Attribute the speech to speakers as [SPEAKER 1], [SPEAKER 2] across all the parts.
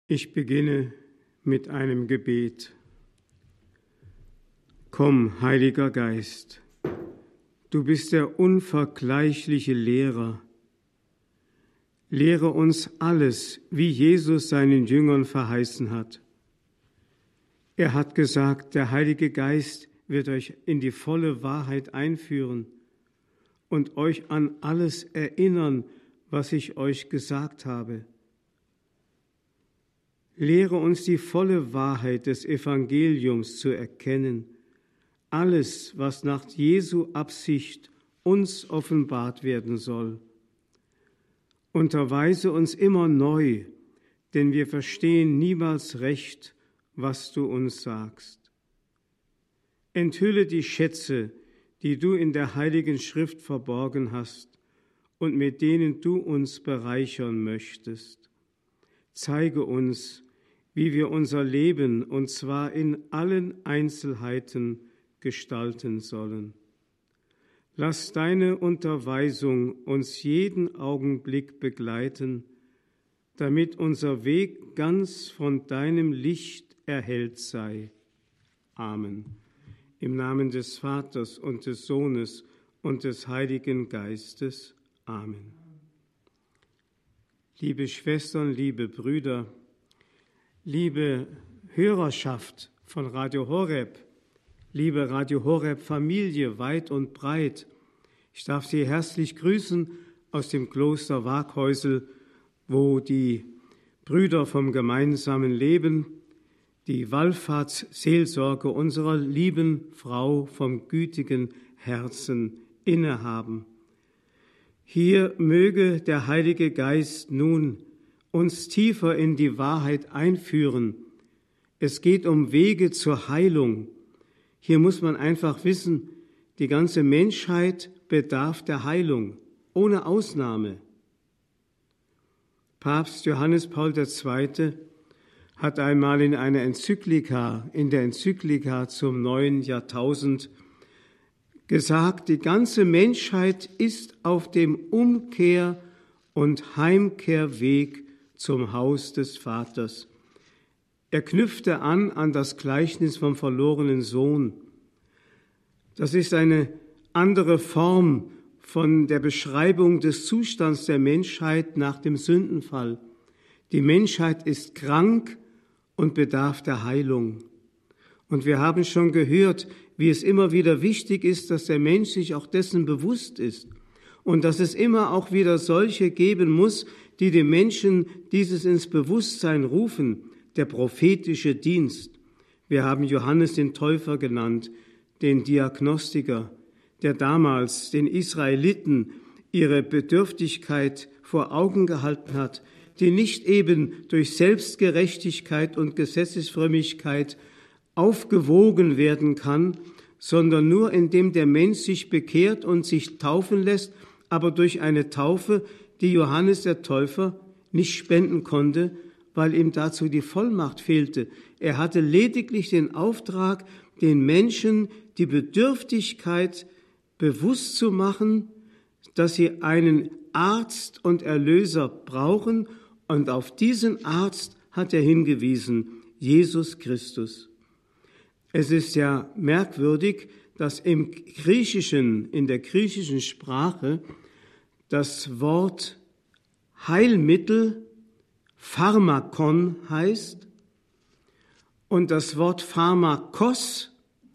[SPEAKER 1] Ich beginne mit einem Gebet. Komm, Heiliger Geist, du bist der unvergleichliche Lehrer. Lehre uns alles, wie Jesus seinen Jüngern verheißen hat. Er hat gesagt, der Heilige Geist wird euch in die volle Wahrheit einführen und euch an alles erinnern, was ich euch gesagt habe. Lehre uns die volle Wahrheit des Evangeliums zu erkennen, alles, was nach Jesu Absicht uns offenbart werden soll. Unterweise uns immer neu, denn wir verstehen niemals recht, was du uns sagst. Enthülle die Schätze, die du in der Heiligen Schrift verborgen hast und mit denen du uns bereichern möchtest. Zeige uns, wie wir unser Leben, und zwar in allen Einzelheiten, gestalten sollen. Lass deine Unterweisung uns jeden Augenblick begleiten, damit unser Weg ganz von deinem Licht erhellt sei. Amen. Im Namen des Vaters und des Sohnes und des Heiligen Geistes. Amen. Liebe Schwestern, liebe Brüder, liebe Hörerschaft von Radio Horeb, liebe Radio Horeb Familie weit und breit, ich darf Sie herzlich grüßen aus dem Kloster Waghäusel, wo die Brüder vom gemeinsamen Leben die Wallfahrtsseelsorge unserer lieben Frau vom gütigen Herzen innehaben. Hier möge der Heilige Geist nun uns tiefer in die Wahrheit einführen. Es geht um Wege zur Heilung. Hier muss man einfach wissen, die ganze Menschheit bedarf der Heilung, ohne Ausnahme. Papst Johannes Paul II. Hat einmal in der Enzyklika zum neuen Jahrtausend gesagt, die ganze Menschheit ist auf dem Umkehr- und Heimkehrweg zum Haus des Vaters. Er knüpfte an das Gleichnis vom verlorenen Sohn. Das ist eine andere Form von der Beschreibung des Zustands der Menschheit nach dem Sündenfall. Die Menschheit ist krank und bedarf der Heilung. Und wir haben schon gehört, wie es immer wieder wichtig ist, dass der Mensch sich auch dessen bewusst ist und dass es immer auch wieder solche geben muss, die den Menschen dieses ins Bewusstsein rufen, der prophetische Dienst. Wir haben Johannes den Täufer genannt, den Diagnostiker, der damals den Israeliten ihre Bedürftigkeit vor Augen gehalten hat, die nicht eben durch Selbstgerechtigkeit und Gesetzesfrömmigkeit aufgewogen werden kann, sondern nur indem der Mensch sich bekehrt und sich taufen lässt, aber durch eine Taufe, die Johannes der Täufer nicht spenden konnte, weil ihm dazu die Vollmacht fehlte. Er hatte lediglich den Auftrag, den Menschen die Bedürftigkeit bewusst zu machen, dass sie einen Arzt und Erlöser brauchen, und auf diesen Arzt hat er hingewiesen, Jesus Christus. Es ist ja merkwürdig, dass in der griechischen Sprache das Wort Heilmittel Pharmakon heißt und das Wort Pharmakos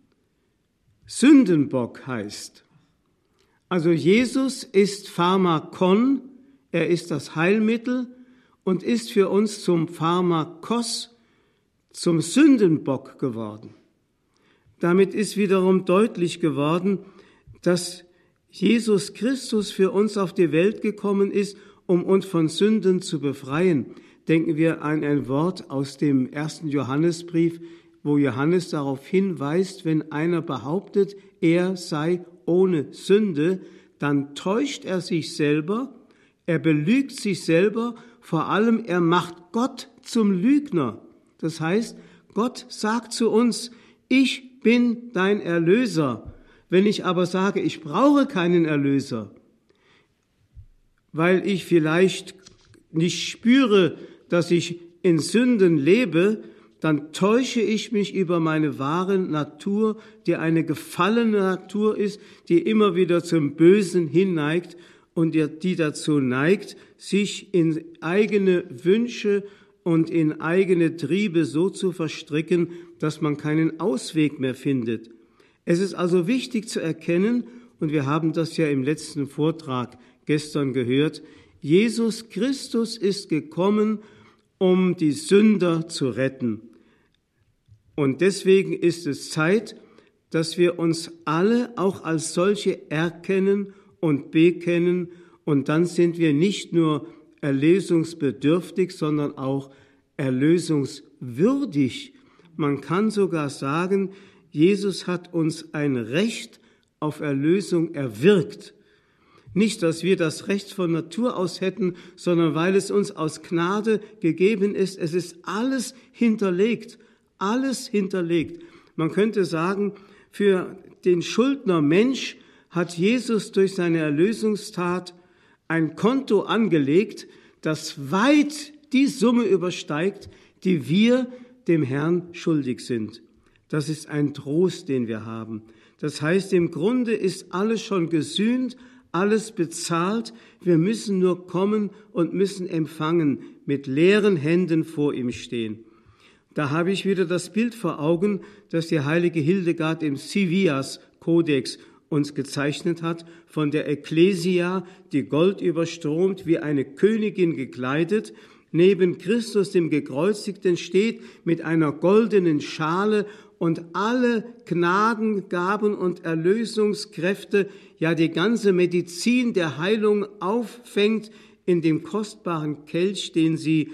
[SPEAKER 1] Sündenbock heißt. Also Jesus ist Pharmakon, er ist das Heilmittel und ist für uns zum Pharmakos, zum Sündenbock geworden. Damit ist wiederum deutlich geworden, dass Jesus Christus für uns auf die Welt gekommen ist, um uns von Sünden zu befreien. Denken wir an ein Wort aus dem 1. Johannesbrief, wo Johannes darauf hinweist, wenn einer behauptet, er sei ohne Sünde, dann täuscht er sich selber, er belügt sich selber, vor allem er macht Gott zum Lügner. Das heißt, Gott sagt zu uns, ich bin dein Erlöser. Wenn ich aber sage, ich brauche keinen Erlöser, weil ich vielleicht nicht spüre, dass ich in Sünden lebe, dann täusche ich mich über meine wahre Natur, die eine gefallene Natur ist, die immer wieder zum Bösen hinneigt und die dazu neigt, sich in eigene Wünsche und in eigene Triebe so zu verstricken, dass man keinen Ausweg mehr findet. Es ist also wichtig zu erkennen, und wir haben das ja im letzten Vortrag gestern gehört, Jesus Christus ist gekommen, um die Sünder zu retten. Und deswegen ist es Zeit, dass wir uns alle auch als solche erkennen und bekennen, und dann sind wir nicht nur erlösungsbedürftig, sondern auch erlösungswürdig. Man kann sogar sagen, Jesus hat uns ein Recht auf Erlösung erwirkt. Nicht, dass wir das Recht von Natur aus hätten, sondern weil es uns aus Gnade gegeben ist. Es ist alles hinterlegt, alles hinterlegt. Man könnte sagen, für den Schuldner Mensch hat Jesus durch seine Erlösungstat ein Konto angelegt, das weit die Summe übersteigt, die wir dem Herrn schuldig sind. Das ist ein Trost, den wir haben. Das heißt, im Grunde ist alles schon gesühnt, alles bezahlt. Wir müssen nur kommen und müssen empfangen, mit leeren Händen vor ihm stehen. Da habe ich wieder das Bild vor Augen, das die heilige Hildegard im Civias-Kodex uns gezeichnet hat, von der Ekklesia, die goldüberströmt, wie eine Königin gekleidet, neben Christus, dem Gekreuzigten, steht mit einer goldenen Schale und alle Gnadengaben und Erlösungskräfte, ja die ganze Medizin der Heilung auffängt in dem kostbaren Kelch, den sie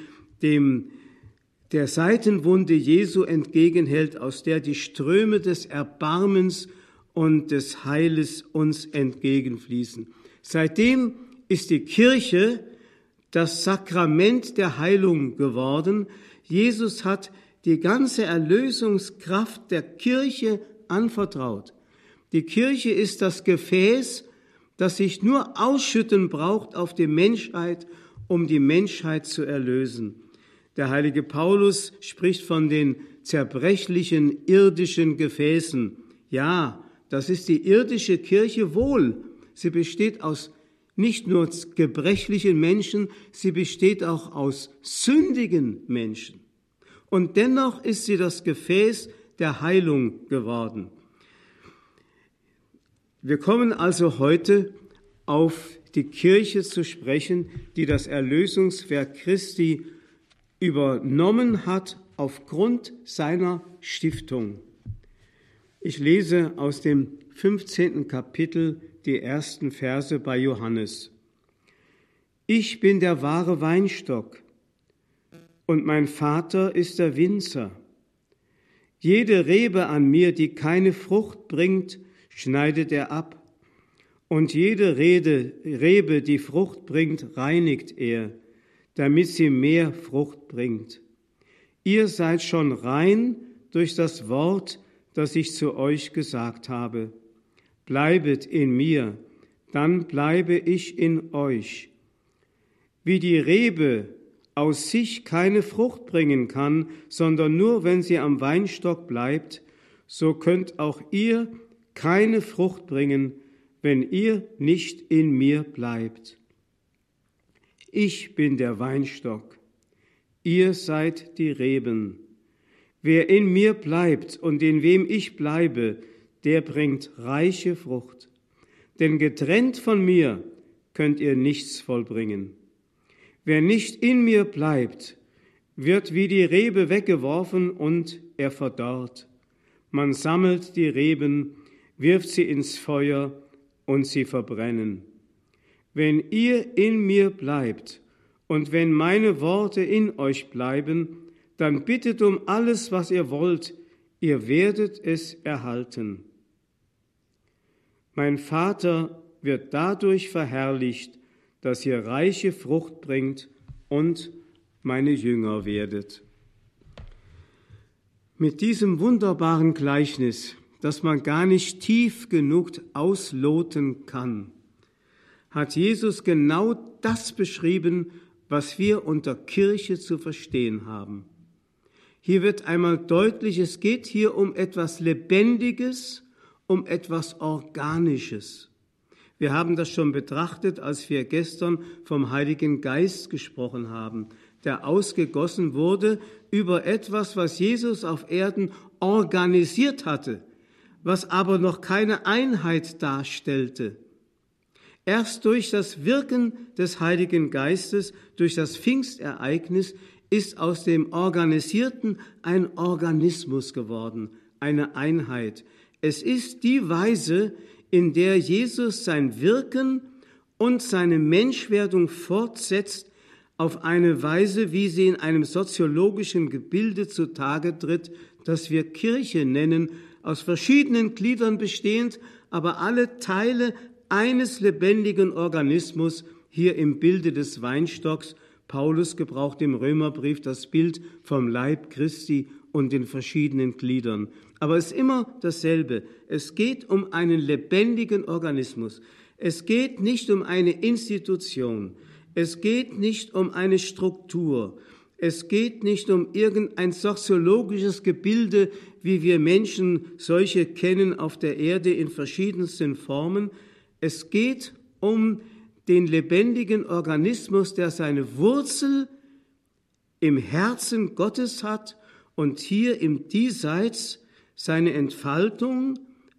[SPEAKER 1] der Seitenwunde Jesu entgegenhält, aus der die Ströme des Erbarmens und des Heiles uns entgegenfließen. Seitdem ist die Kirche das Sakrament der Heilung geworden. Jesus hat die ganze Erlösungskraft der Kirche anvertraut. Die Kirche ist das Gefäß, das sich nur ausschütten braucht auf die Menschheit, um die Menschheit zu erlösen. Der heilige Paulus spricht von den zerbrechlichen irdischen Gefäßen. Ja, das ist die irdische Kirche wohl. Sie besteht aus nicht nur gebrechlichen Menschen, sie besteht auch aus sündigen Menschen. Und dennoch ist sie das Gefäß der Heilung geworden. Wir kommen also heute auf die Kirche zu sprechen, die das Erlösungswerk Christi übernommen hat aufgrund seiner Stiftung. Ich lese aus dem 15. Kapitel die ersten Verse bei Johannes. Ich bin der wahre Weinstock und mein Vater ist der Winzer. Jede Rebe an mir, die keine Frucht bringt, schneidet er ab. Und jede Rebe, die Frucht bringt, reinigt er, damit sie mehr Frucht bringt. Ihr seid schon rein durch das Wort, das ich zu euch gesagt habe. Bleibet in mir, dann bleibe ich in euch. Wie die Rebe aus sich keine Frucht bringen kann, sondern nur, wenn sie am Weinstock bleibt, so könnt auch ihr keine Frucht bringen, wenn ihr nicht in mir bleibt. Ich bin der Weinstock, ihr seid die Reben. Wer in mir bleibt und in wem ich bleibe, der bringt reiche Frucht. Denn getrennt von mir könnt ihr nichts vollbringen. Wer nicht in mir bleibt, wird wie die Rebe weggeworfen und er verdorrt. Man sammelt die Reben, wirft sie ins Feuer und sie verbrennen. Wenn ihr in mir bleibt und wenn meine Worte in euch bleiben, dann bittet um alles, was ihr wollt, ihr werdet es erhalten. Mein Vater wird dadurch verherrlicht, dass ihr reiche Frucht bringt und meine Jünger werdet. Mit diesem wunderbaren Gleichnis, das man gar nicht tief genug ausloten kann, hat Jesus genau das beschrieben, was wir unter Kirche zu verstehen haben. Hier wird einmal deutlich, es geht hier um etwas Lebendiges, um etwas Organisches. Wir haben das schon betrachtet, als wir gestern vom Heiligen Geist gesprochen haben, der ausgegossen wurde über etwas, was Jesus auf Erden organisiert hatte, was aber noch keine Einheit darstellte. Erst durch das Wirken des Heiligen Geistes, durch das Pfingstereignis, ist aus dem Organisierten ein Organismus geworden, eine Einheit. Es ist die Weise, in der Jesus sein Wirken und seine Menschwerdung fortsetzt, auf eine Weise, wie sie in einem soziologischen Gebilde zutage tritt, das wir Kirche nennen, aus verschiedenen Gliedern bestehend, aber alle Teile eines lebendigen Organismus, hier im Bilde des Weinstocks. Paulus gebraucht im Römerbrief das Bild vom Leib Christi und den verschiedenen Gliedern. Aber es ist immer dasselbe. Es geht um einen lebendigen Organismus. Es geht nicht um eine Institution. Es geht nicht um eine Struktur. Es geht nicht um irgendein soziologisches Gebilde, wie wir Menschen solche kennen auf der Erde in verschiedensten Formen. Es geht um den lebendigen Organismus, der seine Wurzel im Herzen Gottes hat und hier im Diesseits seine Entfaltung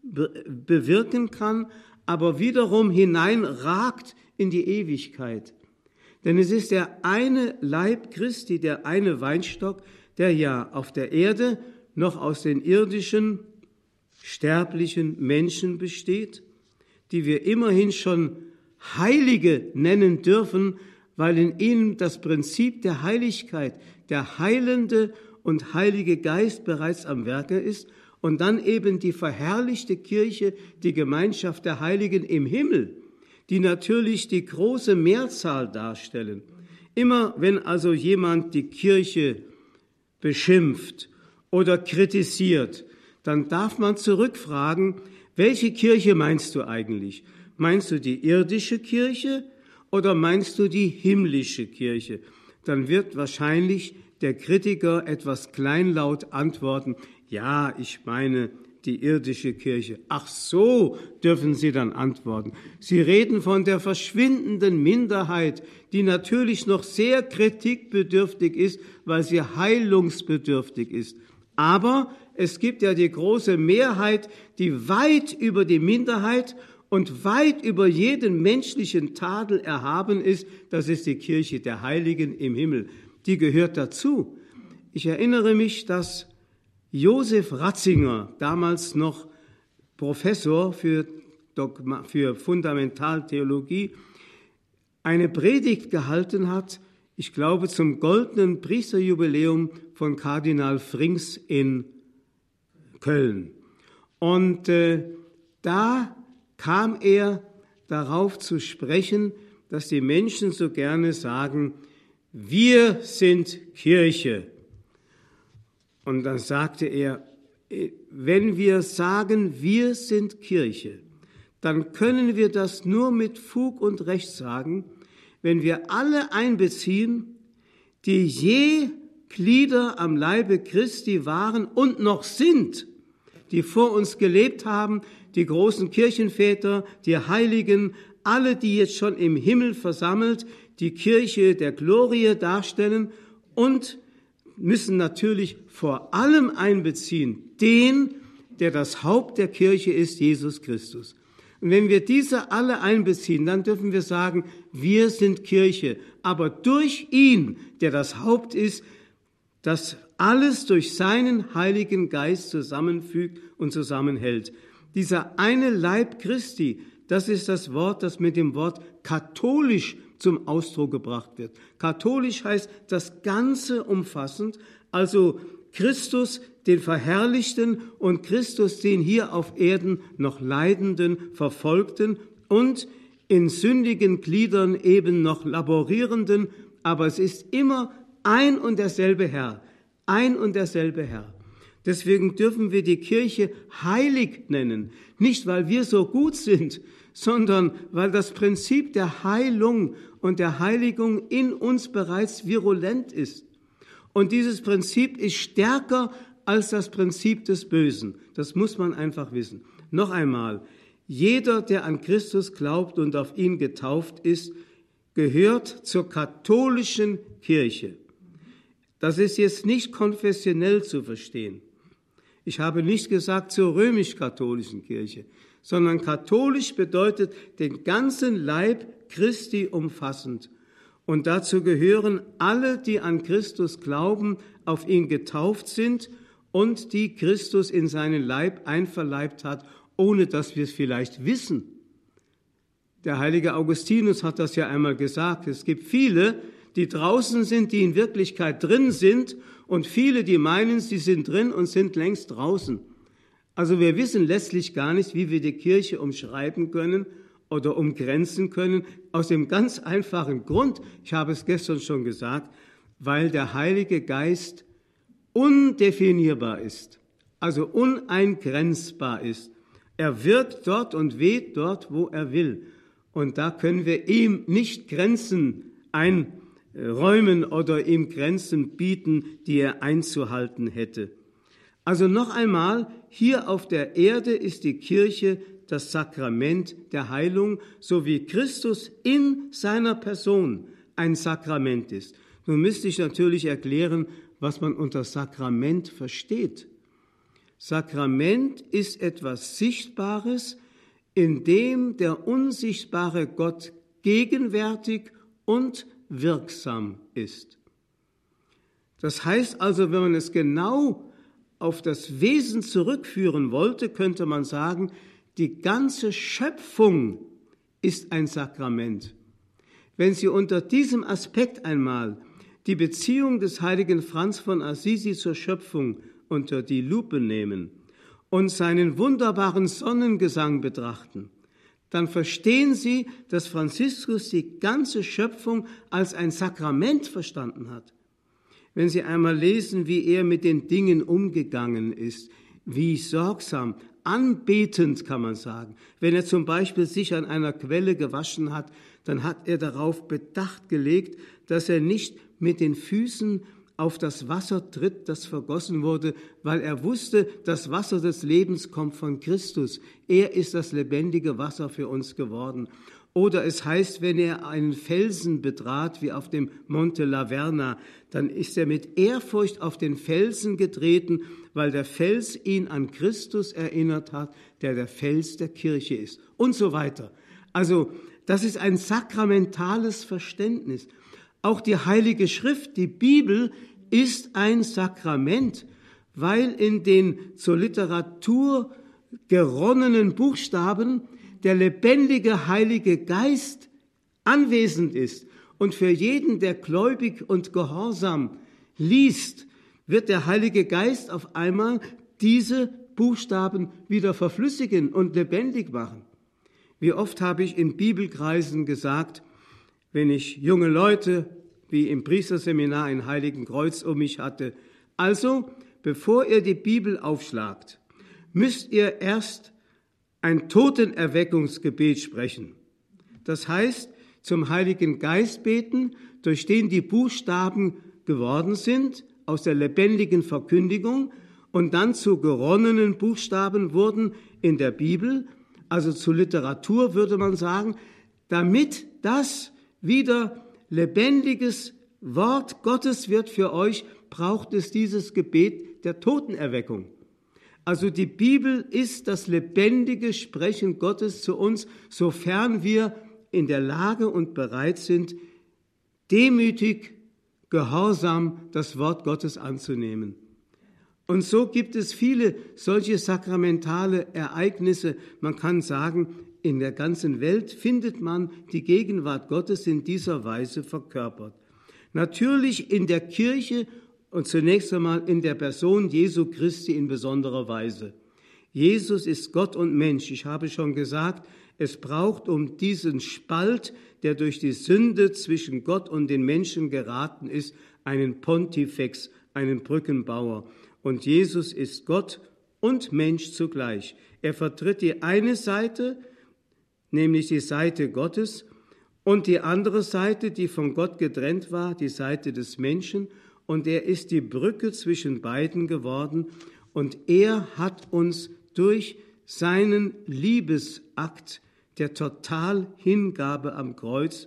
[SPEAKER 1] bewirken kann, aber wiederum hineinragt in die Ewigkeit. Denn es ist der eine Leib Christi, der eine Weinstock, der ja auf der Erde noch aus den irdischen, sterblichen Menschen besteht, die wir immerhin schon Heilige nennen dürfen, weil in ihnen das Prinzip der Heiligkeit, der heilende und heilige Geist bereits am Werke ist und dann eben die verherrlichte Kirche, die Gemeinschaft der Heiligen im Himmel, die natürlich die große Mehrzahl darstellen. Immer wenn also jemand die Kirche beschimpft oder kritisiert, dann darf man zurückfragen, welche Kirche meinst du eigentlich? Meinst du die irdische Kirche oder meinst du die himmlische Kirche? Dann wird wahrscheinlich der Kritiker etwas kleinlaut antworten, ja, ich meine die irdische Kirche. Ach so, dürfen Sie dann antworten. Sie reden von der verschwindenden Minderheit, die natürlich noch sehr kritikbedürftig ist, weil sie heilungsbedürftig ist. Aber es gibt ja die große Mehrheit, die weit über die Minderheit und weit über jeden menschlichen Tadel erhaben ist. Das ist die Kirche der Heiligen im Himmel. Die gehört dazu. Ich erinnere mich, dass Josef Ratzinger, damals noch Professor für Fundamentaltheologie, eine Predigt gehalten hat, ich glaube zum goldenen Priesterjubiläum von Kardinal Frings in Köln. Und da kam er darauf zu sprechen, dass die Menschen so gerne sagen, wir sind Kirche. Und dann sagte er, wenn wir sagen, wir sind Kirche, dann können wir das nur mit Fug und Recht sagen, wenn wir alle einbeziehen, die je Glieder am Leibe Christi waren und noch sind, die vor uns gelebt haben, die großen Kirchenväter, die Heiligen, alle, die jetzt schon im Himmel versammelt, die Kirche der Glorie darstellen und müssen natürlich vor allem einbeziehen den, der das Haupt der Kirche ist, Jesus Christus. Und wenn wir diese alle einbeziehen, dann dürfen wir sagen, wir sind Kirche, aber durch ihn, der das Haupt ist, das alles durch seinen Heiligen Geist zusammenfügt und zusammenhält. Dieser eine Leib Christi, das ist das Wort, das mit dem Wort katholisch zum Ausdruck gebracht wird. Katholisch heißt das Ganze umfassend, also Christus, den Verherrlichten, und Christus, den hier auf Erden noch Leidenden, Verfolgten und in sündigen Gliedern eben noch laborierenden, aber es ist immer ein und derselbe Herr, ein und derselbe Herr. Deswegen dürfen wir die Kirche heilig nennen, nicht weil wir so gut sind, sondern weil das Prinzip der Heilung und der Heiligung in uns bereits virulent ist. Und dieses Prinzip ist stärker als das Prinzip des Bösen. Das muss man einfach wissen. Noch einmal, jeder, der an Christus glaubt und auf ihn getauft ist, gehört zur katholischen Kirche. Das ist jetzt nicht konfessionell zu verstehen. Ich habe nicht gesagt zur römisch-katholischen Kirche, sondern katholisch bedeutet den ganzen Leib Christi umfassend. Und dazu gehören alle, die an Christus glauben, auf ihn getauft sind und die Christus in seinen Leib einverleibt hat, ohne dass wir es vielleicht wissen. Der heilige Augustinus hat das ja einmal gesagt. Es gibt viele, die draußen sind, die in Wirklichkeit drin sind, und viele, die meinen, sie sind drin und sind längst draußen. Also wir wissen letztlich gar nicht, wie wir die Kirche umschreiben können oder umgrenzen können, aus dem ganz einfachen Grund, ich habe es gestern schon gesagt, weil der Heilige Geist undefinierbar ist, also uneingrenzbar ist. Er wirkt dort und weht dort, wo er will. Und da können wir ihm nicht Grenzen einräumen oder ihm Grenzen bieten, die er einzuhalten hätte. Also noch einmal, hier auf der Erde ist die Kirche das Sakrament der Heilung, so wie Christus in seiner Person ein Sakrament ist. Nun müsste ich natürlich erklären, was man unter Sakrament versteht. Sakrament ist etwas Sichtbares, in dem der unsichtbare Gott gegenwärtig und wirksam ist. Das heißt also, wenn man es genau auf das Wesen zurückführen wollte, könnte man sagen, die ganze Schöpfung ist ein Sakrament. Wenn Sie unter diesem Aspekt einmal die Beziehung des heiligen Franz von Assisi zur Schöpfung unter die Lupe nehmen und seinen wunderbaren Sonnengesang betrachten, dann verstehen Sie, dass Franziskus die ganze Schöpfung als ein Sakrament verstanden hat. Wenn Sie einmal lesen, wie er mit den Dingen umgegangen ist, wie sorgsam, anbetend kann man sagen. Wenn er zum Beispiel sich an einer Quelle gewaschen hat, dann hat er darauf Bedacht gelegt, dass er nicht mit den Füßen auf das Wasser tritt, das vergossen wurde, weil er wusste, das Wasser des Lebens kommt von Christus. Er ist das lebendige Wasser für uns geworden. Oder es heißt, wenn er einen Felsen betrat, wie auf dem Monte Laverna, dann ist er mit Ehrfurcht auf den Felsen getreten, weil der Fels ihn an Christus erinnert hat, der der Fels der Kirche ist und so weiter. Also das ist ein sakramentales Verständnis. Auch die Heilige Schrift, die Bibel, ist ein Sakrament, weil in den zur Literatur geronnenen Buchstaben der lebendige Heilige Geist anwesend ist. Und für jeden, der gläubig und gehorsam liest, wird der Heilige Geist auf einmal diese Buchstaben wieder verflüssigen und lebendig machen. Wie oft habe ich in Bibelkreisen gesagt, wenn ich junge Leute wie im Priesterseminar in Heiligenkreuz um mich hatte, also bevor ihr die Bibel aufschlagt, müsst ihr erst ein Totenerweckungsgebet sprechen. Das heißt, zum Heiligen Geist beten, durch den die Buchstaben geworden sind, aus der lebendigen Verkündigung und dann zu geronnenen Buchstaben wurden in der Bibel, also zu Literatur würde man sagen, damit das wieder lebendiges Wort Gottes wird für euch, braucht es dieses Gebet der Totenerweckung. Also die Bibel ist das lebendige Sprechen Gottes zu uns, sofern wir in der Lage und bereit sind, demütig, gehorsam das Wort Gottes anzunehmen. Und so gibt es viele solche sakramentale Ereignisse. Man kann sagen, in der ganzen Welt findet man die Gegenwart Gottes in dieser Weise verkörpert. Natürlich in der Kirche und zunächst einmal in der Person Jesu Christi in besonderer Weise. Jesus ist Gott und Mensch. Ich habe schon gesagt, es braucht um diesen Spalt, der durch die Sünde zwischen Gott und den Menschen geraten ist, einen Pontifex, einen Brückenbauer. Und Jesus ist Gott und Mensch zugleich. Er vertritt die eine Seite nämlich die Seite Gottes, und die andere Seite, die von Gott getrennt war, die Seite des Menschen, und er ist die Brücke zwischen beiden geworden, und er hat uns durch seinen Liebesakt der Totalhingabe am Kreuz,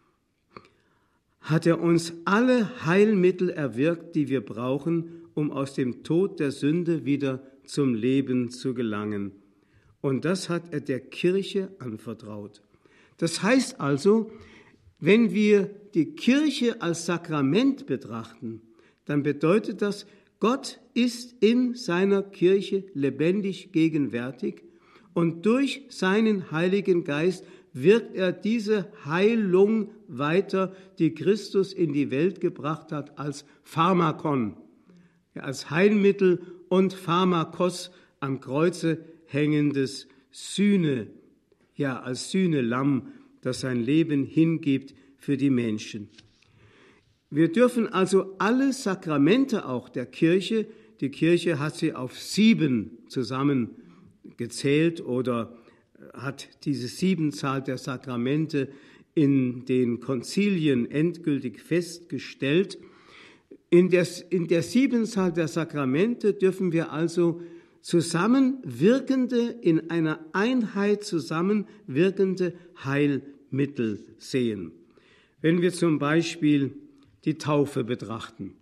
[SPEAKER 1] hat er uns alle Heilmittel erwirkt, die wir brauchen, um aus dem Tod der Sünde wieder zum Leben zu gelangen. Und das hat er der Kirche anvertraut. Das heißt also, wenn wir die Kirche als Sakrament betrachten, dann bedeutet das, Gott ist in seiner Kirche lebendig gegenwärtig und durch seinen Heiligen Geist wirkt er diese Heilung weiter, die Christus in die Welt gebracht hat, als Pharmakon, als Heilmittel und Pharmakos am Kreuze hängendes Sühne, als Sühnelamm, das sein Leben hingibt für die Menschen. Wir dürfen also alle Sakramente auch der Kirche, die Kirche hat sie auf 7 zusammengezählt oder hat diese 7-Zahl der Sakramente in den Konzilien endgültig festgestellt. In der 7-Zahl der Sakramente dürfen wir also zusammenwirkende, in einer Einheit zusammenwirkende Heilmittel sehen. Wenn wir zum Beispiel die Taufe betrachten.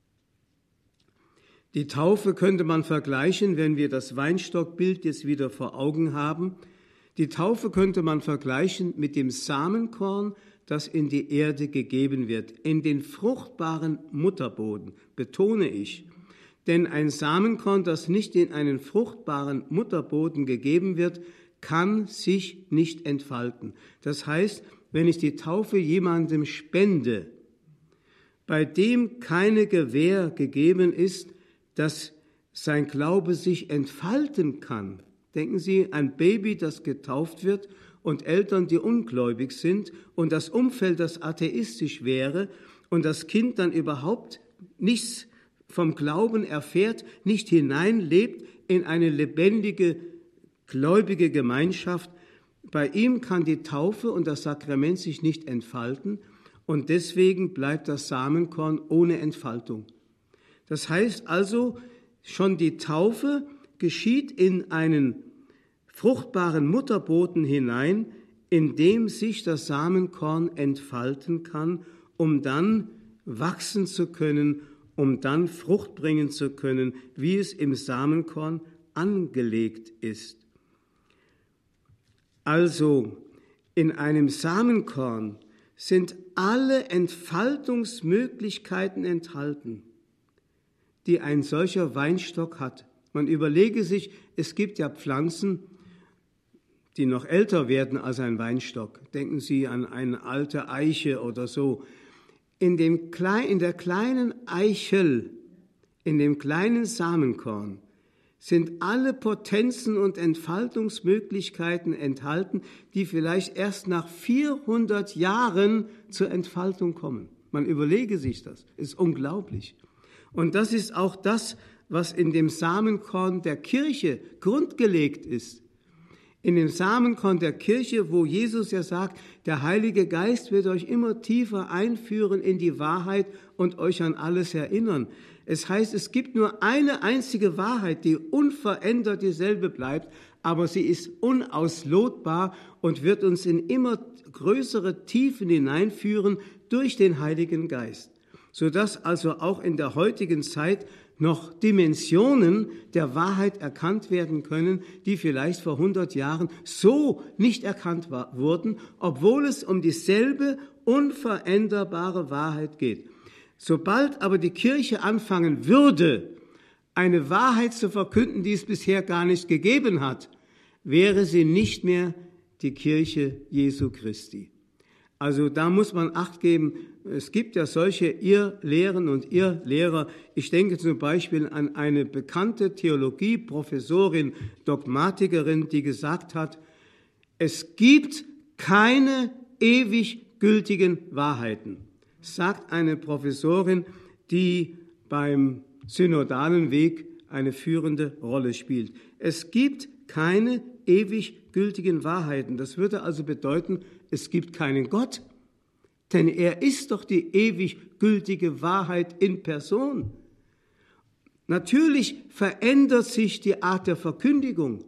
[SPEAKER 1] Die Taufe könnte man vergleichen, wenn wir das Weinstockbild jetzt wieder vor Augen haben. Die Taufe könnte man vergleichen mit dem Samenkorn, das in die Erde gegeben wird, in den fruchtbaren Mutterboden, betone ich. Denn ein Samenkorn, das nicht in einen fruchtbaren Mutterboden gegeben wird, kann sich nicht entfalten. Das heißt, wenn ich die Taufe jemandem spende, bei dem keine Gewähr gegeben ist, dass sein Glaube sich entfalten kann. Denken Sie, ein Baby, das getauft wird und Eltern, die ungläubig sind und das Umfeld, das atheistisch wäre und das Kind dann überhaupt nichts vom Glauben erfährt, nicht hineinlebt in eine lebendige, gläubige Gemeinschaft. Bei ihm kann die Taufe und das Sakrament sich nicht entfalten und deswegen bleibt das Samenkorn ohne Entfaltung. Das heißt also, schon die Taufe geschieht in einen fruchtbaren Mutterboden hinein, in dem sich das Samenkorn entfalten kann, um dann wachsen zu können, um dann Frucht bringen zu können, wie es im Samenkorn angelegt ist. Also in einem Samenkorn sind alle Entfaltungsmöglichkeiten enthalten, die ein solcher Weinstock hat. Man überlege sich, es gibt ja Pflanzen, die noch älter werden als ein Weinstock. Denken Sie an eine alte Eiche oder so. In der kleinen Eichel, in dem kleinen Samenkorn, sind alle Potenzen und Entfaltungsmöglichkeiten enthalten, die vielleicht erst nach 400 Jahren zur Entfaltung kommen. Man überlege sich das, ist unglaublich. Und das ist auch das, was in dem Samenkorn der Kirche grundgelegt ist. In dem Samenkorn der Kirche, wo Jesus ja sagt, der Heilige Geist wird euch immer tiefer einführen in die Wahrheit und euch an alles erinnern. Es heißt, es gibt nur eine einzige Wahrheit, die unverändert dieselbe bleibt, aber sie ist unauslotbar und wird uns in immer größere Tiefen hineinführen durch den Heiligen Geist, sodass also auch in der heutigen Zeit noch Dimensionen der Wahrheit erkannt werden können, die vielleicht vor 100 Jahren so nicht erkannt wurden, obwohl es um dieselbe unveränderbare Wahrheit geht. Sobald aber die Kirche anfangen würde, eine Wahrheit zu verkünden, die es bisher gar nicht gegeben hat, wäre sie nicht mehr die Kirche Jesu Christi. Also da muss man Acht geben. Es gibt ja solche Irrlehren und Irrlehrer. Ich denke zum Beispiel an eine bekannte Theologieprofessorin, Dogmatikerin, die gesagt hat, es gibt keine ewig gültigen Wahrheiten, sagt eine Professorin, die beim synodalen Weg eine führende Rolle spielt. Es gibt keine ewig gültigen Wahrheiten. Das würde also bedeuten, es gibt keinen Gott, denn er ist doch die ewig gültige Wahrheit in Person. Natürlich verändert sich die Art der Verkündigung.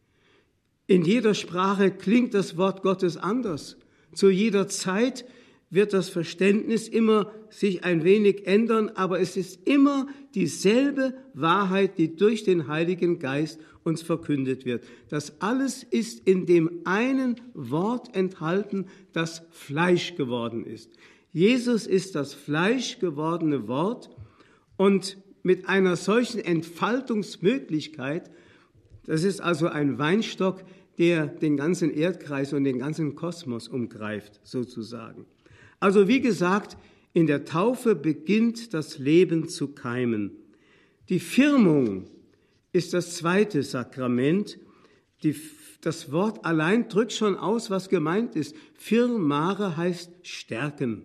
[SPEAKER 1] In jeder Sprache klingt das Wort Gottes anders. Zu jeder Zeit wird das Verständnis immer sich ein wenig ändern, aber es ist immer dieselbe Wahrheit, die durch den Heiligen Geist uns verkündet wird. Das alles ist in dem einen Wort enthalten, das Fleisch geworden ist. Jesus ist das Fleisch gewordene Wort und mit einer solchen Entfaltungsmöglichkeit, das ist also ein Weinstock, der den ganzen Erdkreis und den ganzen Kosmos umgreift, sozusagen. Also wie gesagt, in der Taufe beginnt das Leben zu keimen. Die Firmung ist das zweite Sakrament. Das Wort allein drückt schon aus, was gemeint ist. Firmare heißt stärken.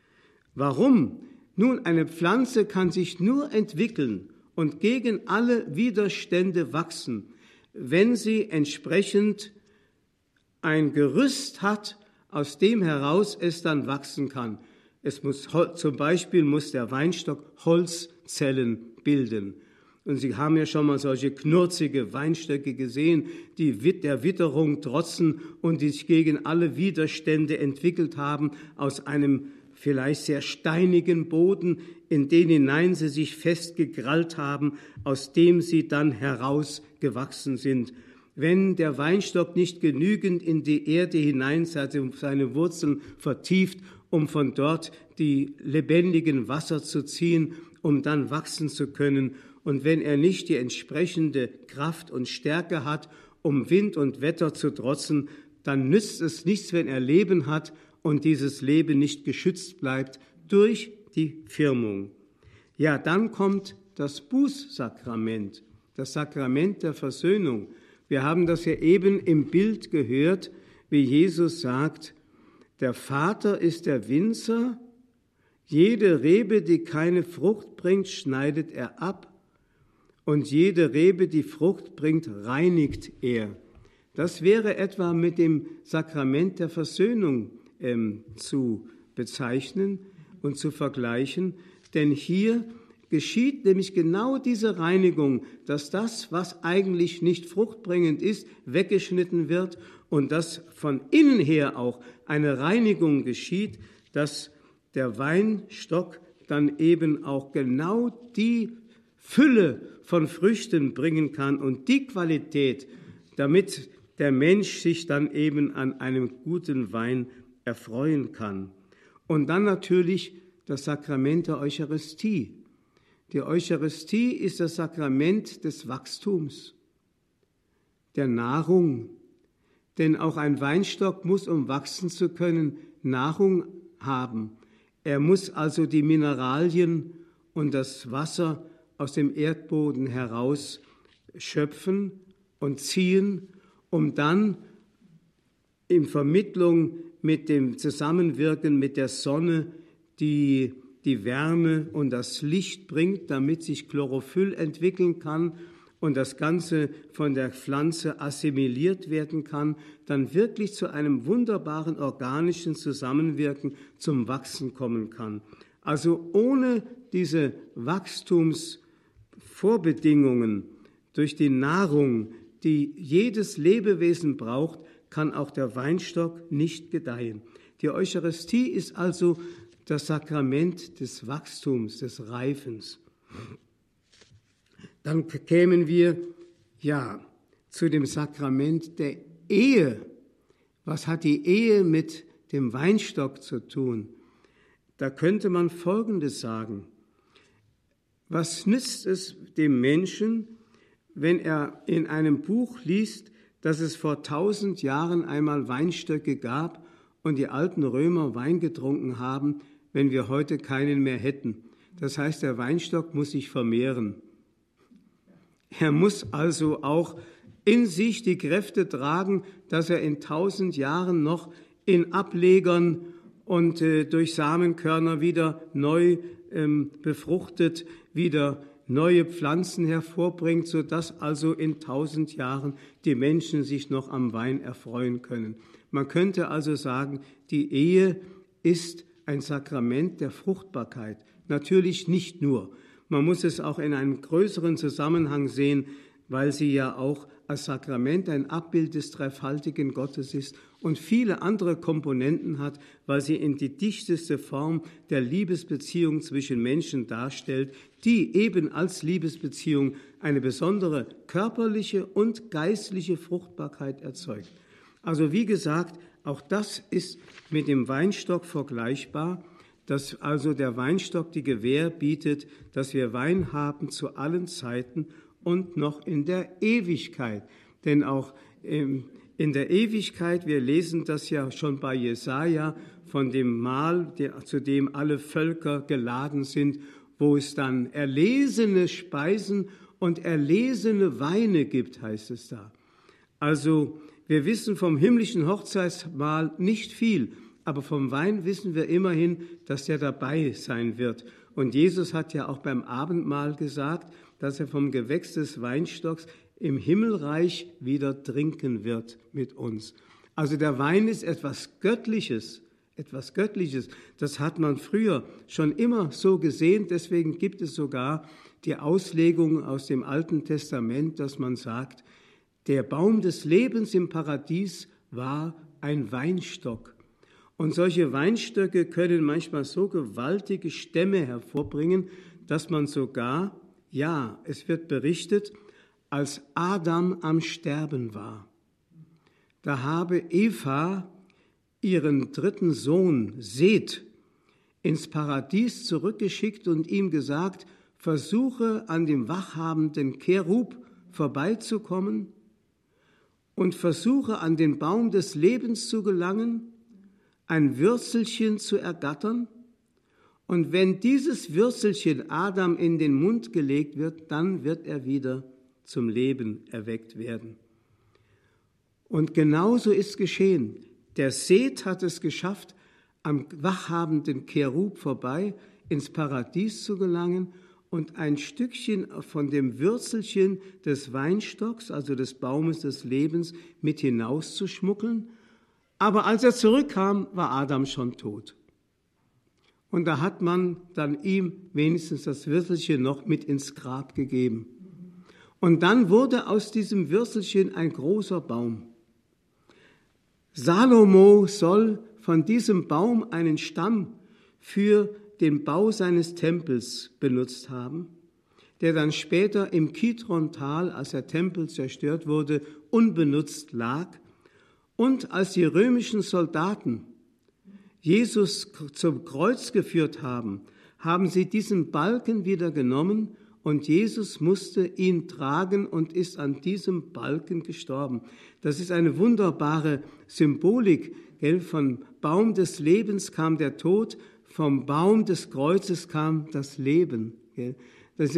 [SPEAKER 1] Warum? Nun, eine Pflanze kann sich nur entwickeln und gegen alle Widerstände wachsen, wenn sie entsprechend ein Gerüst hat, aus dem heraus es dann wachsen kann. Zum Beispiel muss der Weinstock Holzzellen bilden. Und Sie haben ja schon mal solche knurzige Weinstöcke gesehen, die der Witterung trotzen und die sich gegen alle Widerstände entwickelt haben aus einem vielleicht sehr steinigen Boden, in den hinein sie sich festgekrallt haben, aus dem sie dann herausgewachsen sind. Wenn der Weinstock nicht genügend in die Erde hinein seine Wurzeln vertieft, um von dort die lebendigen Wasser zu ziehen, um dann wachsen zu können, und wenn er nicht die entsprechende Kraft und Stärke hat, um Wind und Wetter zu trotzen, dann nützt es nichts, wenn er Leben hat und dieses Leben nicht geschützt bleibt durch die Firmung. Ja, dann kommt das Bußsakrament, das Sakrament der Versöhnung. Wir haben das ja eben im Bild gehört, wie Jesus sagt, der Vater ist der Winzer, jede Rebe, die keine Frucht bringt, schneidet er ab, und jede Rebe, die Frucht bringt, reinigt er. Das wäre etwa mit dem Sakrament der Versöhnung zu bezeichnen und zu vergleichen, denn hier geschieht nämlich genau diese Reinigung, dass das, was eigentlich nicht fruchtbringend ist, weggeschnitten wird und dass von innen her auch eine Reinigung geschieht, dass der Weinstock dann eben auch genau die Fülle von Früchten bringen kann und die Qualität, damit der Mensch sich dann eben an einem guten Wein erfreuen kann. Und dann natürlich das Sakrament der Eucharistie. Die Eucharistie ist das Sakrament des Wachstums, der Nahrung. Denn auch ein Weinstock muss, um wachsen zu können, Nahrung haben. Er muss also die Mineralien und das Wasser aus dem Erdboden heraus schöpfen und ziehen, um dann in Vermittlung mit dem Zusammenwirken mit der Sonne die Wärme und das Licht bringt, damit sich Chlorophyll entwickeln kann und das Ganze von der Pflanze assimiliert werden kann, dann wirklich zu einem wunderbaren organischen Zusammenwirken zum Wachsen kommen kann. Also ohne diese Wachstumsvorbedingungen durch die Nahrung, die jedes Lebewesen braucht, kann auch der Weinstock nicht gedeihen. Die Eucharistie ist also das Sakrament des Wachstums, des Reifens. Dann kämen wir zu dem Sakrament der Ehe. Was hat die Ehe mit dem Weinstock zu tun? Da könnte man Folgendes sagen. Was nützt es dem Menschen, wenn er in einem Buch liest, dass es vor 1000 Jahren einmal Weinstöcke gab und die alten Römer Wein getrunken haben, wenn wir heute keinen mehr hätten? Das heißt, der Weinstock muss sich vermehren. Er muss also auch in sich die Kräfte tragen, dass er in 1000 Jahren noch in Ablegern und durch Samenkörner wieder neu befruchtet, wieder neue Pflanzen hervorbringt, sodass also in 1000 Jahren die Menschen sich noch am Wein erfreuen können. Man könnte also sagen, die Ehe ist ein Sakrament der Fruchtbarkeit. Natürlich nicht nur. Man muss es auch in einem größeren Zusammenhang sehen, weil sie ja auch als Sakrament ein Abbild des dreifaltigen Gottes ist und viele andere Komponenten hat, weil sie in die dichteste Form der Liebesbeziehung zwischen Menschen darstellt, die eben als Liebesbeziehung eine besondere körperliche und geistliche Fruchtbarkeit erzeugt. Also wie gesagt, auch das ist mit dem Weinstock vergleichbar, dass also der Weinstock die Gewähr bietet, dass wir Wein haben zu allen Zeiten und noch in der Ewigkeit. Denn auch in der Ewigkeit, wir lesen das ja schon bei Jesaja, von dem Mahl, zu dem alle Völker geladen sind, wo es dann erlesene Speisen und erlesene Weine gibt, heißt es da. Also wir wissen vom himmlischen Hochzeitsmahl nicht viel, aber vom Wein wissen wir immerhin, dass der dabei sein wird. Und Jesus hat ja auch beim Abendmahl gesagt, dass er vom Gewächs des Weinstocks im Himmelreich wieder trinken wird mit uns. Also der Wein ist etwas Göttliches, etwas Göttliches. Das hat man früher schon immer so gesehen. Deswegen gibt es sogar die Auslegung aus dem Alten Testament, dass man sagt, der Baum des Lebens im Paradies war ein Weinstock. Und solche Weinstöcke können manchmal so gewaltige Stämme hervorbringen, dass man sogar, ja, es wird berichtet, als Adam am Sterben war, da habe Eva ihren dritten Sohn, Seth, ins Paradies zurückgeschickt und ihm gesagt, versuche an dem wachhabenden Cherub vorbeizukommen und versuche an den Baum des Lebens zu gelangen, ein Würzelchen zu ergattern, und wenn dieses Würzelchen Adam in den Mund gelegt wird, dann wird er wieder zum Leben erweckt werden. Und genauso ist geschehen. Der Seth hat es geschafft, am wachhabenden Cherub vorbei ins Paradies zu gelangen und ein Stückchen von dem Würzelchen des Weinstocks, also des Baumes des Lebens, mit hinauszuschmuggeln. Aber als er zurückkam, war Adam schon tot. Und da hat man dann ihm wenigstens das Würzelchen noch mit ins Grab gegeben. Und dann wurde aus diesem Würzelchen ein großer Baum. Salomo soll von diesem Baum einen Stamm für den Bau seines Tempels benutzt haben, der dann später im Kidron-Tal, als der Tempel zerstört wurde, unbenutzt lag. Und als die römischen Soldaten Jesus zum Kreuz geführt haben, haben sie diesen Balken wieder genommen und Jesus musste ihn tragen und ist an diesem Balken gestorben. Das ist eine wunderbare Symbolik. Vom Baum des Lebens kam der Tod, vom Baum des Kreuzes kam das Leben. Das ist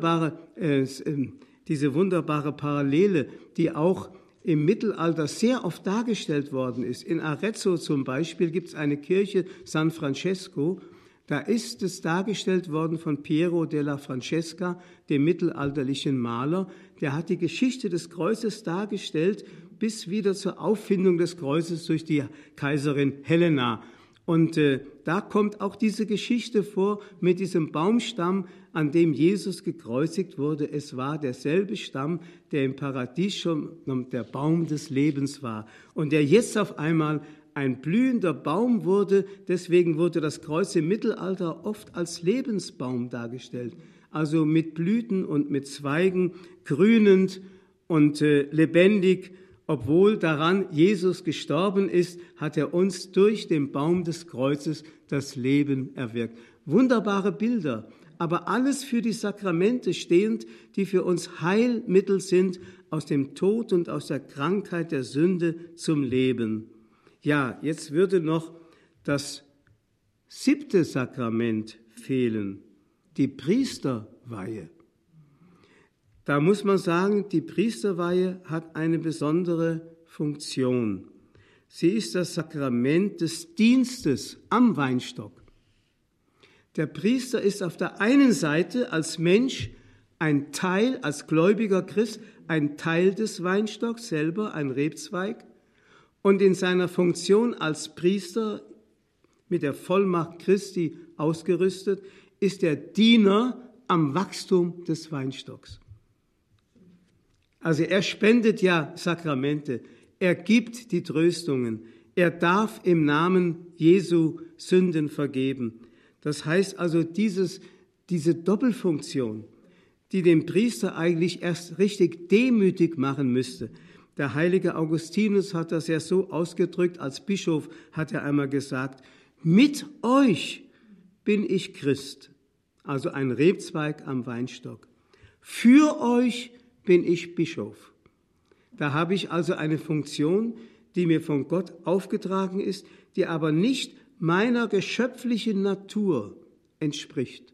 [SPEAKER 1] diese wunderbare Parallele, die auch im Mittelalter sehr oft dargestellt worden ist. In Arezzo zum Beispiel gibt es eine Kirche, San Francesco. Da ist es dargestellt worden von Piero della Francesca, dem mittelalterlichen Maler. Der hat die Geschichte des Kreuzes dargestellt, bis wieder zur Auffindung des Kreuzes durch die Kaiserin Helena. Und da kommt auch diese Geschichte vor mit diesem Baumstamm, an dem Jesus gekreuzigt wurde. Es war derselbe Stamm, der im Paradies schon der Baum des Lebens war und der jetzt auf einmal ein blühender Baum wurde. Deswegen wurde das Kreuz im Mittelalter oft als Lebensbaum dargestellt, also mit Blüten und mit Zweigen, grünend und lebendig. Obwohl daran Jesus gestorben ist, hat er uns durch den Baum des Kreuzes das Leben erwirkt. Wunderbare Bilder, aber alles für die Sakramente stehend, die für uns Heilmittel sind, aus dem Tod und aus der Krankheit der Sünde zum Leben. Ja, jetzt würde noch das 7. Sakrament fehlen, die Priesterweihe. Da muss man sagen, die Priesterweihe hat eine besondere Funktion. Sie ist das Sakrament des Dienstes am Weinstock. Der Priester ist auf der einen Seite als Mensch ein Teil, als gläubiger Christ, ein Teil des Weinstocks selber, ein Rebzweig, und in seiner Funktion als Priester mit der Vollmacht Christi ausgerüstet, ist er Diener am Wachstum des Weinstocks. Also er spendet ja Sakramente, er gibt die Tröstungen, er darf im Namen Jesu Sünden vergeben. Das heißt also, diese Doppelfunktion, die den Priester eigentlich erst richtig demütig machen müsste. Der heilige Augustinus hat das ja so ausgedrückt, als Bischof hat er einmal gesagt, mit euch bin ich Christ, also ein Rebzweig am Weinstock. Für euch bin ich Bischof. Da habe ich also eine Funktion, die mir von Gott aufgetragen ist, die aber nicht meiner geschöpflichen Natur entspricht.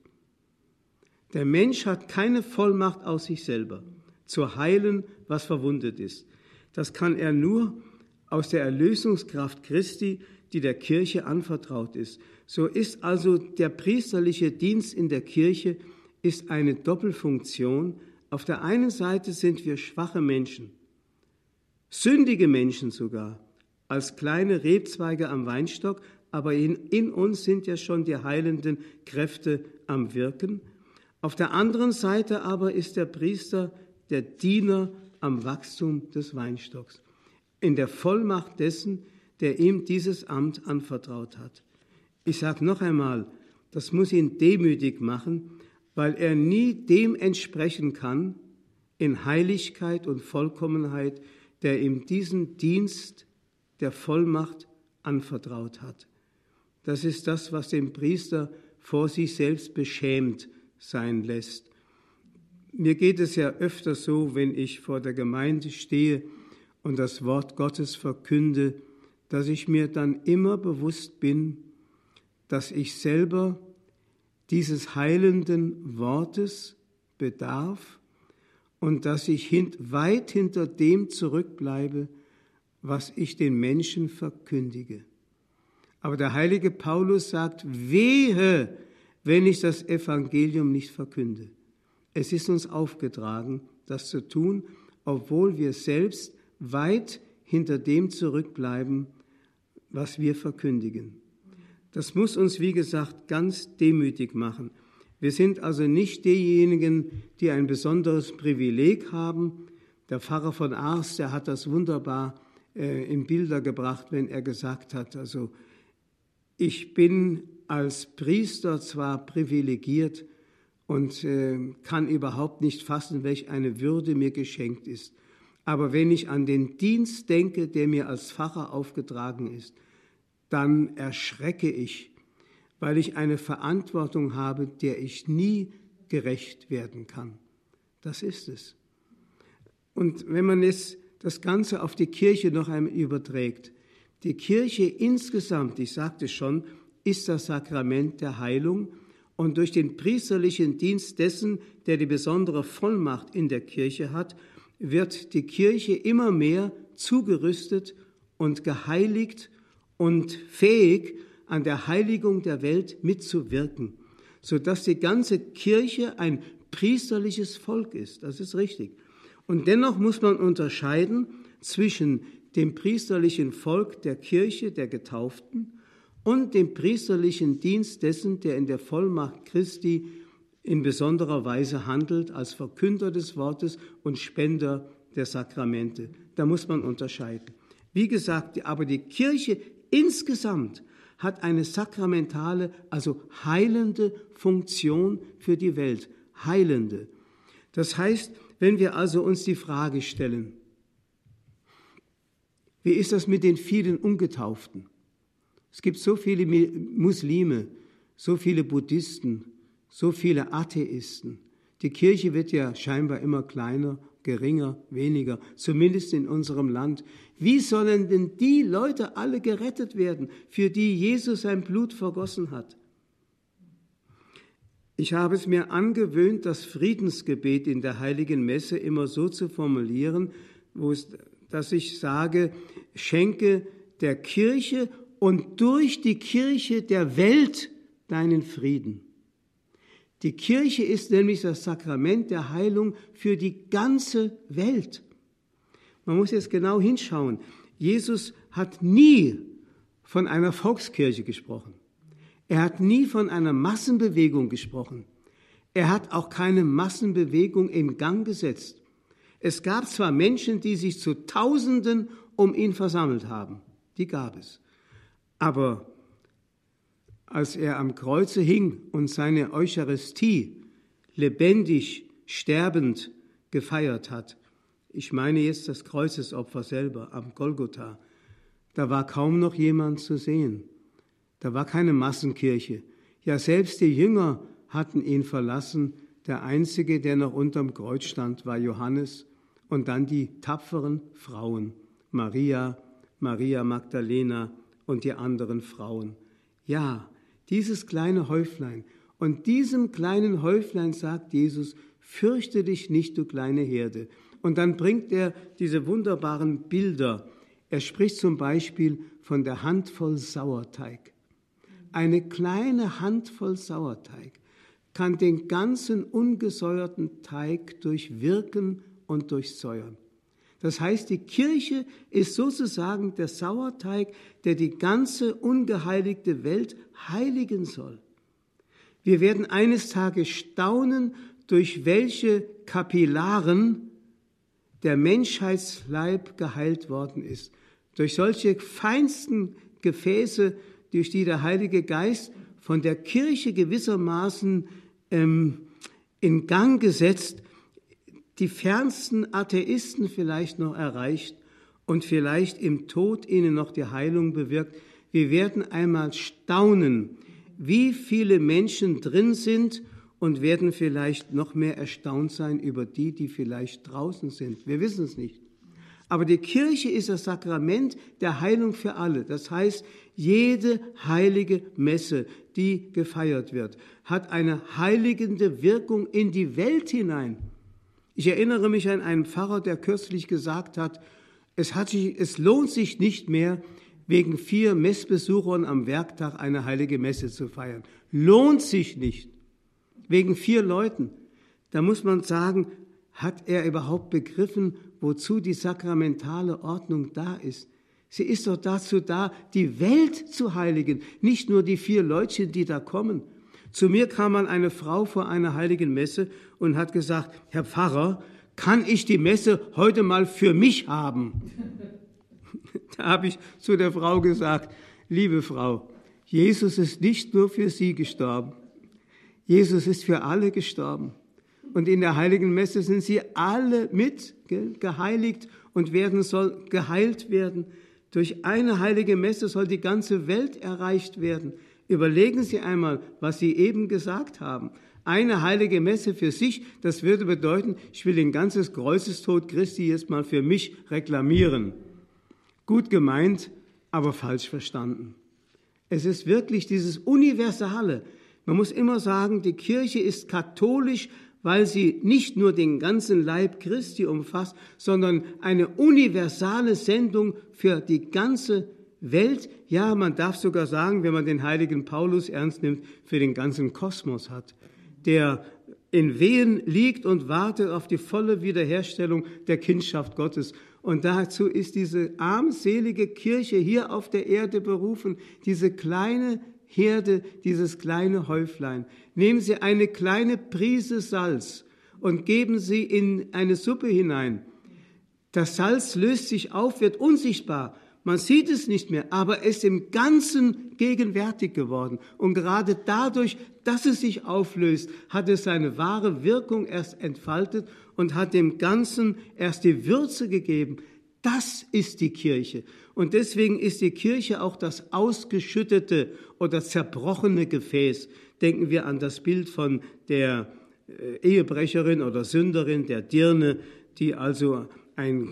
[SPEAKER 1] Der Mensch hat keine Vollmacht aus sich selber, zu heilen, was verwundet ist. Das kann er nur aus der Erlösungskraft Christi, die der Kirche anvertraut ist. So ist also der priesterliche Dienst in der Kirche ist eine Doppelfunktion. Auf der einen Seite sind wir schwache Menschen, sündige Menschen sogar, als kleine Rebzweige am Weinstock, aber in uns sind ja schon die heilenden Kräfte am Wirken. Auf der anderen Seite aber ist der Priester der Diener am Wachstum des Weinstocks, in der Vollmacht dessen, der ihm dieses Amt anvertraut hat. Ich sage noch einmal, das muss ihn demütig machen, weil er nie dem entsprechen kann, in Heiligkeit und Vollkommenheit, der ihm diesen Dienst der Vollmacht anvertraut hat. Das ist das, was den Priester vor sich selbst beschämt sein lässt. Mir geht es ja öfter so, wenn ich vor der Gemeinde stehe und das Wort Gottes verkünde, dass ich mir dann immer bewusst bin, dass ich selber dieses heilenden Wortes bedarf und dass ich weit hinter dem zurückbleibe, was ich den Menschen verkündige. Aber der heilige Paulus sagt, wehe, wenn ich das Evangelium nicht verkünde. Es ist uns aufgetragen, das zu tun, obwohl wir selbst weit hinter dem zurückbleiben, was wir verkündigen. Das muss uns, wie gesagt, ganz demütig machen. Wir sind also nicht diejenigen, die ein besonderes Privileg haben. Der Pfarrer von Ars, der hat das wunderbar in Bilder gebracht, wenn er gesagt hat, also ich bin als Priester zwar privilegiert und kann überhaupt nicht fassen, welch eine Würde mir geschenkt ist. Aber wenn ich an den Dienst denke, der mir als Pfarrer aufgetragen ist, dann erschrecke ich, weil ich eine Verantwortung habe, der ich nie gerecht werden kann. Das ist es. Und wenn man jetzt das Ganze auf die Kirche noch einmal überträgt, die Kirche insgesamt, ich sagte schon, ist das Sakrament der Heilung und durch den priesterlichen Dienst dessen, der die besondere Vollmacht in der Kirche hat, wird die Kirche immer mehr zugerüstet und geheiligt und fähig, an der Heiligung der Welt mitzuwirken, sodass die ganze Kirche ein priesterliches Volk ist. Das ist richtig. Und dennoch muss man unterscheiden zwischen dem priesterlichen Volk der Kirche, der Getauften, und dem priesterlichen Dienst dessen, der in der Vollmacht Christi in besonderer Weise handelt, als Verkünder des Wortes und Spender der Sakramente. Da muss man unterscheiden. Wie gesagt, aber die Kirche insgesamt hat eine sakramentale, also heilende Funktion für die Welt. Heilende. Das heißt, wenn wir also uns die Frage stellen, wie ist das mit den vielen Ungetauften? Es gibt so viele Muslime, so viele Buddhisten, so viele Atheisten. Die Kirche wird ja scheinbar immer kleiner, geringer, weniger, zumindest in unserem Land. Wie sollen denn die Leute alle gerettet werden, für die Jesus sein Blut vergossen hat? Ich habe es mir angewöhnt, das Friedensgebet in der Heiligen Messe immer so zu formulieren, dass ich sage, schenke der Kirche und durch die Kirche der Welt deinen Frieden. Die Kirche ist nämlich das Sakrament der Heilung für die ganze Welt. Man muss jetzt genau hinschauen. Jesus hat nie von einer Volkskirche gesprochen. Er hat nie von einer Massenbewegung gesprochen. Er hat auch keine Massenbewegung in Gang gesetzt. Es gab zwar Menschen, die sich zu Tausenden um ihn versammelt haben. Die gab es. Aber als er am Kreuze hing und seine Eucharistie lebendig, sterbend gefeiert hat, ich meine jetzt das Kreuzesopfer selber am Golgotha, da war kaum noch jemand zu sehen. Da war keine Massenkirche. Ja, selbst die Jünger hatten ihn verlassen. Der Einzige, der noch unterm Kreuz stand, war Johannes und dann die tapferen Frauen, Maria, Maria Magdalena und die anderen Frauen. Ja, dieses kleine Häuflein. Und diesem kleinen Häuflein sagt Jesus, fürchte dich nicht, du kleine Herde. Und dann bringt er diese wunderbaren Bilder. Er spricht zum Beispiel von der Handvoll Sauerteig. Eine kleine Handvoll Sauerteig kann den ganzen ungesäuerten Teig durchwirken und durchsäuern. Das heißt, die Kirche ist sozusagen der Sauerteig, der die ganze ungeheiligte Welt heiligen soll. Wir werden eines Tages staunen, durch welche Kapillaren der Menschheitsleib geheilt worden ist. Durch solche feinsten Gefäße, durch die der Heilige Geist von der Kirche gewissermaßen in Gang gesetzt, die fernsten Atheisten vielleicht noch erreicht und vielleicht im Tod ihnen noch die Heilung bewirkt. Wir werden einmal staunen, wie viele Menschen drin sind und werden vielleicht noch mehr erstaunt sein über die, die vielleicht draußen sind. Wir wissen es nicht. Aber die Kirche ist das Sakrament der Heilung für alle. Das heißt, jede heilige Messe, die gefeiert wird, hat eine heiligende Wirkung in die Welt hinein. Ich erinnere mich an einen Pfarrer, der kürzlich gesagt hat, es lohnt sich nicht mehr, wegen 4 Messbesuchern am Werktag eine heilige Messe zu feiern. Lohnt sich nicht. Wegen 4 Leuten. Da muss man sagen, hat er überhaupt begriffen, wozu die sakramentale Ordnung da ist? Sie ist doch dazu da, die Welt zu heiligen, nicht nur die 4 Leutchen, die da kommen. Zu mir kam mal eine Frau vor einer heiligen Messe und hat gesagt, Herr Pfarrer, kann ich die Messe heute mal für mich haben? Da habe ich zu der Frau gesagt, liebe Frau, Jesus ist nicht nur für Sie gestorben. Jesus ist für alle gestorben. Und in der heiligen Messe sind sie alle mit geheiligt und soll geheilt werden. Durch eine heilige Messe soll die ganze Welt erreicht werden. Überlegen Sie einmal, was Sie eben gesagt haben. Eine heilige Messe für sich, das würde bedeuten, ich will den ganzen Kreuzestod Christi jetzt mal für mich reklamieren. Gut gemeint, aber falsch verstanden. Es ist wirklich dieses Universale. Man muss immer sagen, die Kirche ist katholisch, weil sie nicht nur den ganzen Leib Christi umfasst, sondern eine universale Sendung für die ganze Welt. Ja, man darf sogar sagen, wenn man den heiligen Paulus ernst nimmt, für den ganzen Kosmos hat, der in Wehen liegt und wartet auf die volle Wiederherstellung der Kindschaft Gottes. Und dazu ist diese armselige Kirche hier auf der Erde berufen, diese kleine Herde, dieses kleine Häuflein. Nehmen Sie eine kleine Prise Salz und geben Sie in eine Suppe hinein. Das Salz löst sich auf, wird unsichtbar. Man sieht es nicht mehr, aber es ist im Ganzen gegenwärtig geworden. Und gerade dadurch, dass es sich auflöst, hat es seine wahre Wirkung erst entfaltet und hat dem Ganzen erst die Würze gegeben. Das ist die Kirche. Und deswegen ist die Kirche auch das ausgeschüttete oder zerbrochene Gefäß. Denken wir an das Bild von der Ehebrecherin oder Sünderin, der Dirne, die also ein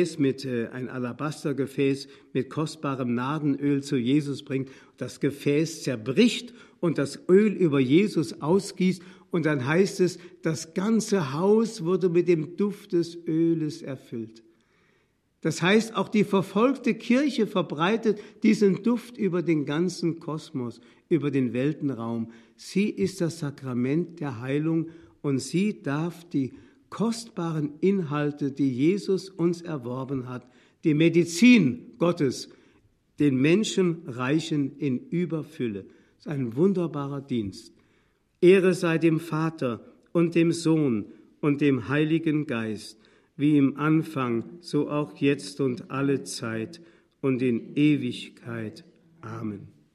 [SPEAKER 1] Alabastergefäß mit kostbarem Nardenöl zu Jesus bringt. Das Gefäß zerbricht und das Öl über Jesus ausgießt. Und dann heißt es, das ganze Haus wurde mit dem Duft des Öles erfüllt. Das heißt, auch die verfolgte Kirche verbreitet diesen Duft über den ganzen Kosmos, über den Weltenraum. Sie ist das Sakrament der Heilung und sie darf die kostbaren Inhalte, die Jesus uns erworben hat, die Medizin Gottes, den Menschen reichen in Überfülle. Das ist ein wunderbarer Dienst. Ehre sei dem Vater und dem Sohn und dem Heiligen Geist, wie im Anfang, so auch jetzt und alle Zeit und in Ewigkeit. Amen.